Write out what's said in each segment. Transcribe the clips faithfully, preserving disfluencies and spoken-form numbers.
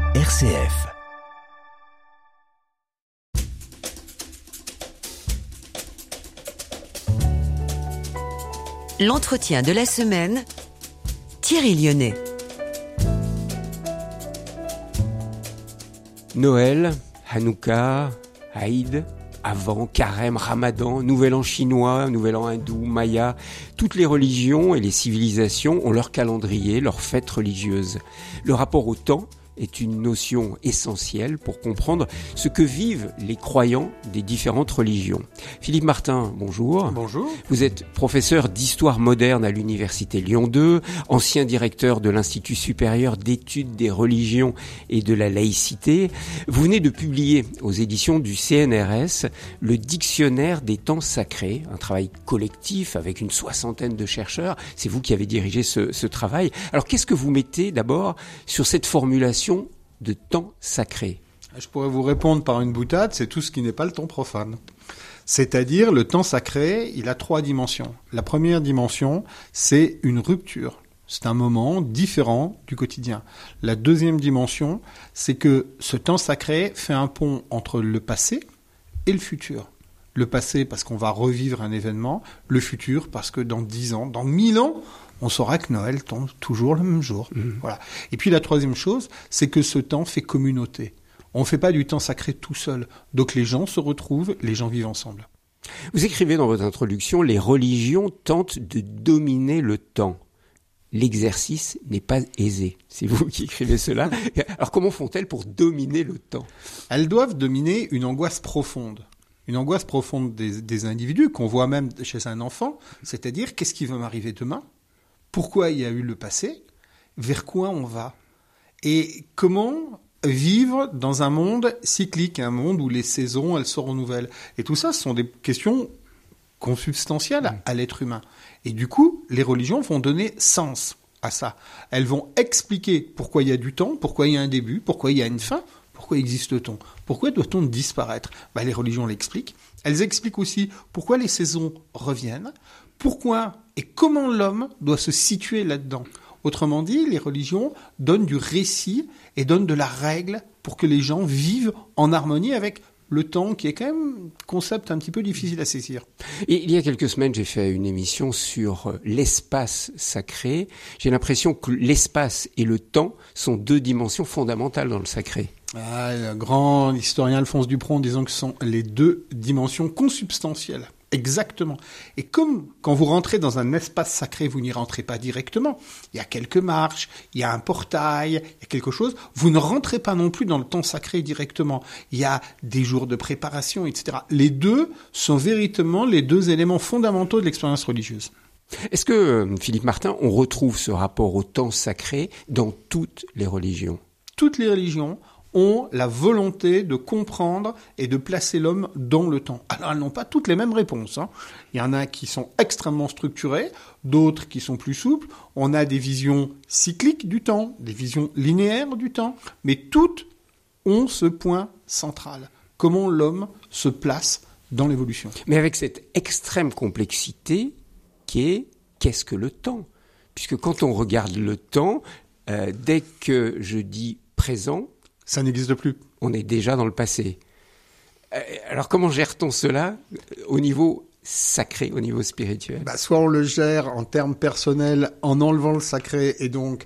R C F. L'entretien de la semaine, Thierry Lyonnais. Noël, Hanouka, Aïd, Avant, Carême, Ramadan, Nouvel An chinois, Nouvel An hindou, Maya, toutes les religions et les civilisations ont leur calendrier, leurs fêtes religieuses. Le rapport au temps est une notion essentielle pour comprendre ce que vivent les croyants des différentes religions. Philippe Martin, bonjour. Bonjour. Vous êtes professeur d'histoire moderne à l'Université Lyon deux, ancien directeur de l'Institut supérieur d'études des religions et de la laïcité. Vous venez de publier aux éditions du C N R S le Dictionnaire des temps sacrés, un travail collectif avec une soixantaine de chercheurs. C'est vous qui avez dirigé ce, ce travail. Alors qu'est-ce que vous mettez d'abord sur cette formulation de temps sacré? Je pourrais vous répondre par une boutade, c'est tout ce qui n'est pas le temps profane. C'est-à-dire, le temps sacré, il a trois dimensions. La première dimension, c'est une rupture. C'est un moment différent du quotidien. La deuxième dimension, c'est que ce temps sacré fait un pont entre le passé et le futur. Le passé parce qu'on va revivre un événement, le futur parce que dans dix ans, dans mille ans, on saura que Noël tombe toujours le même jour. Mmh. Voilà. Et puis la troisième chose, c'est que ce temps fait communauté. On ne fait pas du temps sacré tout seul. Donc les gens se retrouvent, les gens vivent ensemble. Vous écrivez dans votre introduction, les religions tentent de dominer le temps. L'exercice n'est pas aisé. C'est vous qui écrivez cela. Alors comment font-elles pour dominer le temps? Elles doivent dominer une angoisse profonde. Une angoisse profonde des, des individus, qu'on voit même chez un enfant, c'est-à-dire qu'est-ce qui va m'arriver demain? Pourquoi il y a eu le passé? Vers quoi on va? Et comment vivre dans un monde cyclique, un monde où les saisons, elles se renouvellent? Et tout ça, ce sont des questions consubstantielles à, à l'être humain. Et du coup, les religions vont donner sens à ça. Elles vont expliquer pourquoi il y a du temps, pourquoi il y a un début, pourquoi il y a une fin. Pourquoi existe-t-on? Pourquoi doit-on disparaître? Ben, les religions l'expliquent. Elles expliquent aussi pourquoi les saisons reviennent, pourquoi et comment l'homme doit se situer là-dedans. Autrement dit, les religions donnent du récit et donnent de la règle pour que les gens vivent en harmonie avec le temps, qui est quand même un concept un petit peu difficile à saisir. Et il y a quelques semaines, j'ai fait une émission sur l'espace sacré. J'ai l'impression que l'espace et le temps sont deux dimensions fondamentales dans le sacré. Ah, le grand historien Alphonse Dupron disant que ce sont les deux dimensions consubstantielles. Exactement. Et comme quand vous rentrez dans un espace sacré, vous n'y rentrez pas directement. Il y a quelques marches, il y a un portail, il y a quelque chose. Vous ne rentrez pas non plus dans le temps sacré directement. Il y a des jours de préparation, et cetera. Les deux sont véritablement les deux éléments fondamentaux de l'expérience religieuse. Est-ce que, Philippe Martin, on retrouve ce rapport au temps sacré dans toutes les religions? Toutes les religions ont la volonté de comprendre et de placer l'homme dans le temps. Alors, elles n'ont pas toutes les mêmes réponses, hein. Il y en a qui sont extrêmement structurées, d'autres qui sont plus souples. On a des visions cycliques du temps, des visions linéaires du temps, mais toutes ont ce point central. Comment l'homme se place dans l'évolution. Mais avec cette extrême complexité qui est qu'est-ce que le temps? Puisque quand on regarde le temps, euh, dès que je dis présent, ça n'existe plus. On est déjà dans le passé. Alors comment gère-t-on cela au niveau sacré, au niveau spirituel? Bah, soit on le gère en termes personnels en enlevant le sacré et donc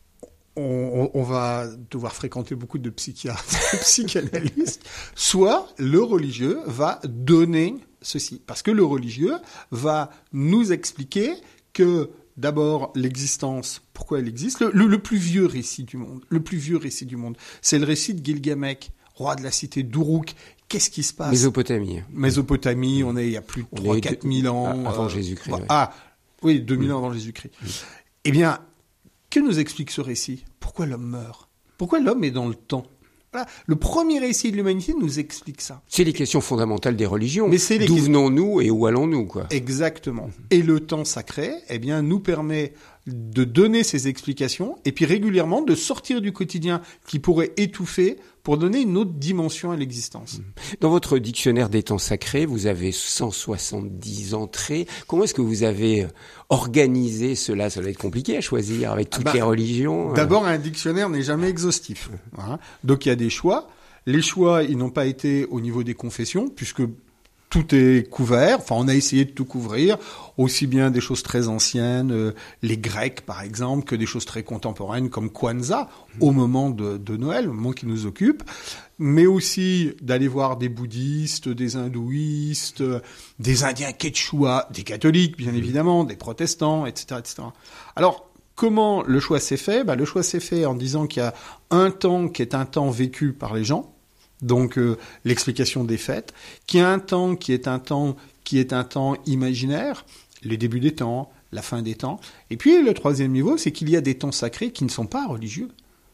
on, on va devoir fréquenter beaucoup de psychiatres, de psychanalystes, soit le religieux va donner ceci. Parce que le religieux va nous expliquer que d'abord, l'existence, pourquoi elle existe? Le, le, le plus vieux récit du monde, le plus vieux récit du monde, c'est le récit de Gilgamesh, roi de la cité d'Uruk. Qu'est-ce qui se passe? Mésopotamie. Mésopotamie, on est il y a plus de trois à quatre mille ans. Avant euh, Jésus-Christ. Bah, ouais. Ah, oui, deux mille mmh. ans avant Jésus-Christ. Mmh. Eh bien, que nous explique ce récit? Pourquoi l'homme meurt? Pourquoi l'homme est dans le temps? Voilà. Le premier récit de l'humanité nous explique ça. C'est les questions fondamentales des religions. Mais c'est les D'où questions... venons-nous et où allons-nous, quoi. Exactement. Et le temps sacré, eh bien, nous permet de donner ces explications, et puis régulièrement de sortir du quotidien qui pourrait étouffer pour donner une autre dimension à l'existence. Dans votre dictionnaire des temps sacrés, vous avez cent soixante-dix entrées. Comment est-ce que vous avez organisé cela? Ça va être compliqué à choisir avec toutes ah bah, les religions. D'abord, un dictionnaire n'est jamais exhaustif. Voilà. Donc il y a des choix. Les choix, ils n'ont pas été au niveau des confessions, puisque tout est couvert. Enfin, on a essayé de tout couvrir, aussi bien des choses très anciennes, euh, les Grecs par exemple, que des choses très contemporaines comme Kwanzaa, au moment de, de Noël, au moment qui nous occupe, mais aussi d'aller voir des bouddhistes, des hindouistes, euh, des Indiens Quechua, des catholiques bien évidemment, des protestants, et cetera, et cetera. Alors, comment le choix s'est fait? Bah, le choix s'est fait en disant qu'il y a un temps qui est un temps vécu par les gens, donc euh, l'explication des fêtes, qui a un temps qui est un temps qui est un temps imaginaire, les débuts des temps, la fin des temps. Et puis le troisième niveau, c'est qu'il y a des temps sacrés qui ne sont pas religieux.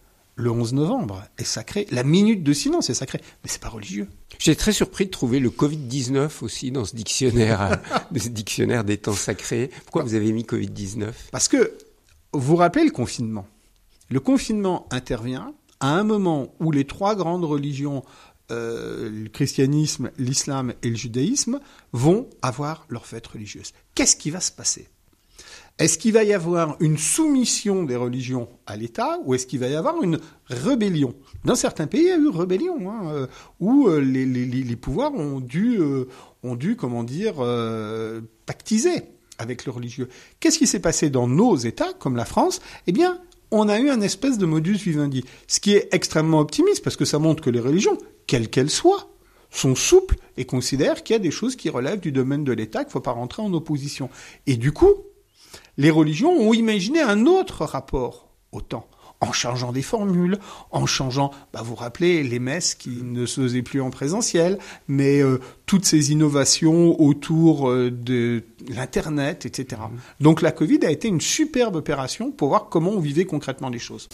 Le onze novembre est sacré, la minute de silence est sacrée, mais c'est pas religieux. J'étais très surpris de trouver le covid dix-neuf aussi dans ce dictionnaire, ce dictionnaire des temps sacrés. Pourquoi vous avez mis covid dix-neuf? Parce que vous vous rappelez le confinement. Le confinement intervient à un moment où les trois grandes religions, euh, le christianisme, l'islam et le judaïsme, vont avoir leur fête religieuse. Qu'est-ce qui va se passer? Est-ce qu'il va y avoir une soumission des religions à l'État ou est-ce qu'il va y avoir une rébellion? Dans certains pays, il y a eu rébellion, hein, euh, où euh, les, les, les pouvoirs ont dû, euh, ont dû, comment dire, euh, pactiser avec le religieux. Qu'est-ce qui s'est passé dans nos États, comme la France? Eh bien, on a eu un espèce de modus vivendi, ce qui est extrêmement optimiste, parce que ça montre que les religions, quelles qu'elles soient, sont souples et considèrent qu'il y a des choses qui relèvent du domaine de l'État, qu'il ne faut pas rentrer en opposition. Et du coup, les religions ont imaginé un autre rapport au temps, en changeant des formules, en changeant, bah vous vous rappelez, les messes qui ne se faisaient plus en présentiel, mais euh, toutes ces innovations autour euh, de l'Internet, et cetera. Mmh. Donc la Covid a été une superbe opération pour voir comment on vivait concrètement les choses.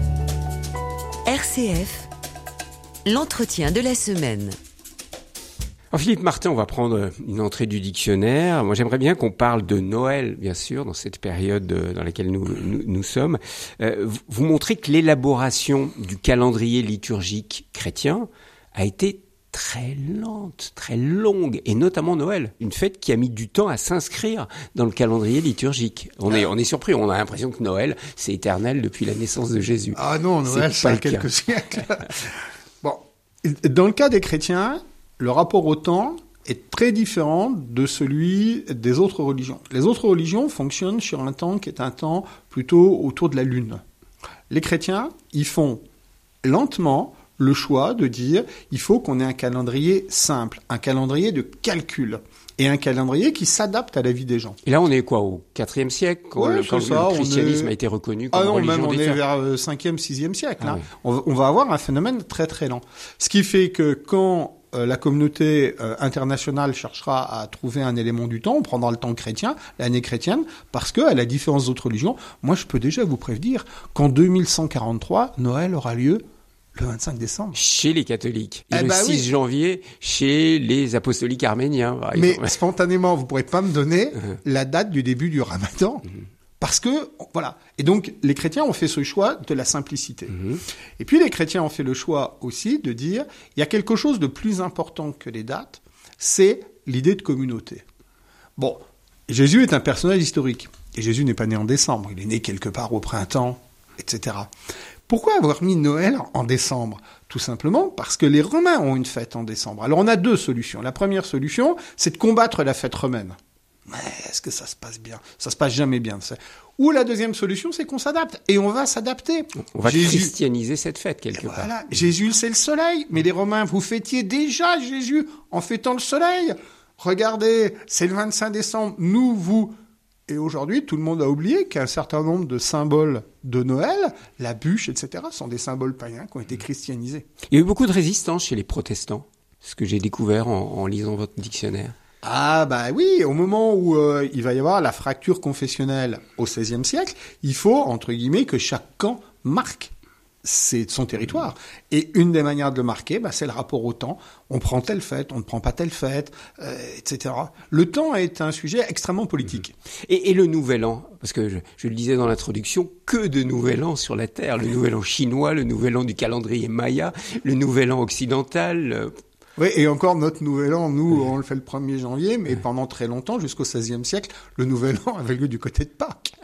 R C F, l'entretien de la semaine. Alors Philippe Martin, on va prendre une entrée du dictionnaire. Moi, j'aimerais bien qu'on parle de Noël, bien sûr, dans cette période dans laquelle nous, nous, nous sommes. Euh, vous montrez que l'élaboration du calendrier liturgique chrétien a été très lente, très longue, et notamment Noël, une fête qui a mis du temps à s'inscrire dans le calendrier liturgique. On est, on est surpris, on a l'impression que Noël, c'est éternel depuis la naissance de Jésus. Ah non, Noël, ça a quelques siècles. Bon, dans le cas des chrétiens, le rapport au temps est très différent de celui des autres religions. Les autres religions fonctionnent sur un temps qui est un temps plutôt autour de la lune. Les chrétiens, ils font lentement le choix de dire il faut qu'on ait un calendrier simple, un calendrier de calcul, et un calendrier qui s'adapte à la vie des gens. Et là, on est quoi, au quatrième siècle, quand, ouais, le, quand ça, le christianisme est... a été reconnu comme ah non, religion même on d'État. est vers le cinquième, sixième siècle. Ah hein. oui. on, on va avoir un phénomène très très lent. Ce qui fait que quand euh, la communauté euh, internationale cherchera à trouver un élément du temps, on prendra le temps chrétien, l'année chrétienne, parce que, à la différence d'autres religions, moi je peux déjà vous prévenir qu'en deux mille cent quarante-trois, Noël aura lieu le vingt-cinq décembre. Chez les catholiques. Et eh le bah six oui. janvier, chez les apostoliques arméniens, par Mais exemple. spontanément, vous pourrez pas me donner Uh-huh. la date du début du Ramadan. Uh-huh. Parce que, voilà. Et donc, les chrétiens ont fait ce choix de la simplicité. Uh-huh. Et puis, les chrétiens ont fait le choix aussi de dire, il y a quelque chose de plus important que les dates, c'est l'idée de communauté. Bon, Jésus est un personnage historique. Et Jésus n'est pas né en décembre. Il est né quelque part au printemps, et cetera. Pourquoi avoir mis Noël en décembre? Tout simplement parce que les Romains ont une fête en décembre. Alors on a deux solutions. La première solution, c'est de combattre la fête romaine. Mais est-ce que ça se passe bien? Ça se passe jamais bien. Ou la deuxième solution, c'est qu'on s'adapte. Et on va s'adapter. On va Jésus... christianiser cette fête, quelque part. Voilà. Jésus, c'est le soleil. Mais les Romains, vous fêtiez déjà Jésus en fêtant le soleil. Regardez, c'est le vingt-cinq décembre. Nous, vous... Et aujourd'hui, tout le monde a oublié qu'un certain nombre de symboles de Noël, la bûche, et cetera, sont des symboles païens qui ont été christianisés. Il y a eu beaucoup de résistance chez les protestants, ce que j'ai découvert en, en lisant votre dictionnaire. Ah bah oui, au moment où euh, il va y avoir la fracture confessionnelle au seizième siècle, il faut, entre guillemets, que chaque camp marque c'est son territoire. Et une des manières de le marquer, bah, c'est le rapport au temps. On prend telle fête, on ne prend pas telle fête, euh, et cetera. Le temps est un sujet extrêmement politique. Et, et le Nouvel An, parce que je, je le disais dans l'introduction, que de Nouvel An sur la Terre. Le Nouvel An chinois, le Nouvel An du calendrier Maya, le Nouvel An occidental. Euh... Oui, et encore notre Nouvel An, nous, on le fait le premier janvier, mais pendant très longtemps, jusqu'au seizième siècle, le Nouvel An avait lieu du côté de Pâques.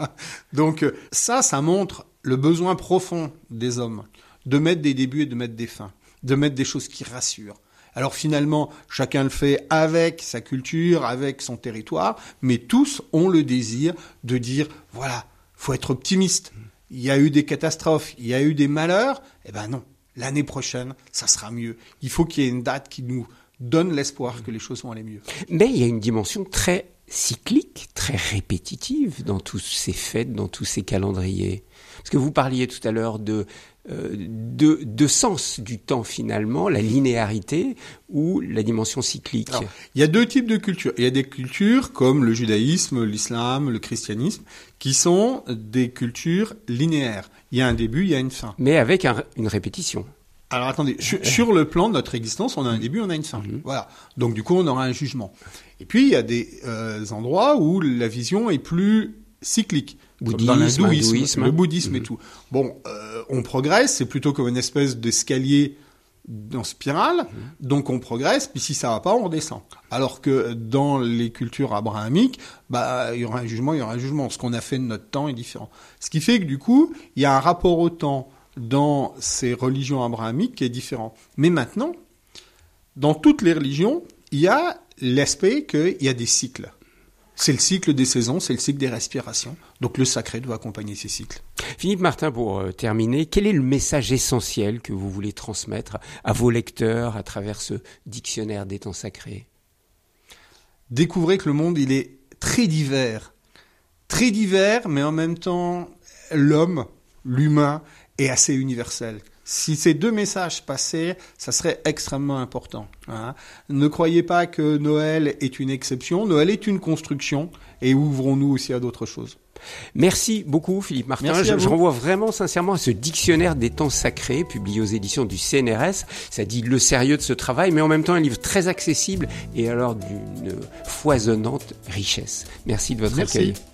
Donc ça, ça montre le besoin profond des hommes de mettre des débuts et de mettre des fins, de mettre des choses qui rassurent. Alors finalement, chacun le fait avec sa culture, avec son territoire, mais tous ont le désir de dire, voilà, faut être optimiste. Il y a eu des catastrophes, il y a eu des malheurs, eh ben non. L'année prochaine, ça sera mieux. Il faut qu'il y ait une date qui nous donne l'espoir que les choses vont aller mieux. Mais il y a une dimension très cyclique, très répétitive dans tous ces fêtes, dans tous ces calendriers. Parce que vous parliez tout à l'heure de, euh, de, de sens du temps finalement, la linéarité ou la dimension cyclique. Alors, il y a deux types de cultures. Il y a des cultures comme le judaïsme, l'islam, le christianisme, qui sont des cultures linéaires. Il y a un début, il y a une fin. Mais avec un, une répétition. Alors attendez, sur, sur le plan de notre existence, on a un début, on a une fin. Mmh. Voilà. Donc du coup, on aura un jugement. Et puis, il y a des euh, endroits où la vision est plus cyclique. Bouddhisme, dans l'hindouisme, hindouisme. le bouddhisme mmh. et tout. Bon, euh, on progresse, c'est plutôt comme une espèce d'escalier en spirale, mmh. donc on progresse, puis si ça va pas, on redescend. Alors que dans les cultures abrahamiques, bah, il y aura un jugement, il y aura un jugement. Ce qu'on a fait de notre temps est différent. Ce qui fait que du coup, il y a un rapport au temps dans ces religions abrahamiques qui est différent. Mais maintenant, dans toutes les religions, il y a l'aspect qu'il y a des cycles. C'est le cycle des saisons, c'est le cycle des respirations. Donc le sacré doit accompagner ces cycles. Philippe Martin, pour euh, terminer, quel est le message essentiel que vous voulez transmettre à vos lecteurs à travers ce dictionnaire des temps sacrés ? Découvrez que le monde, il est très divers. Très divers, mais en même temps, l'homme, l'humain, est assez universel. Si ces deux messages passaient, ça serait extrêmement important. Hein. Ne croyez pas que Noël est une exception. Noël est une construction et ouvrons-nous aussi à d'autres choses. Merci beaucoup Philippe Martin. Merci je, à vous. je renvoie vraiment sincèrement à ce dictionnaire des temps sacrés publié aux éditions du C N R S. Ça dit le sérieux de ce travail, mais en même temps un livre très accessible et alors d'une foisonnante richesse. Merci de votre Merci. accueil.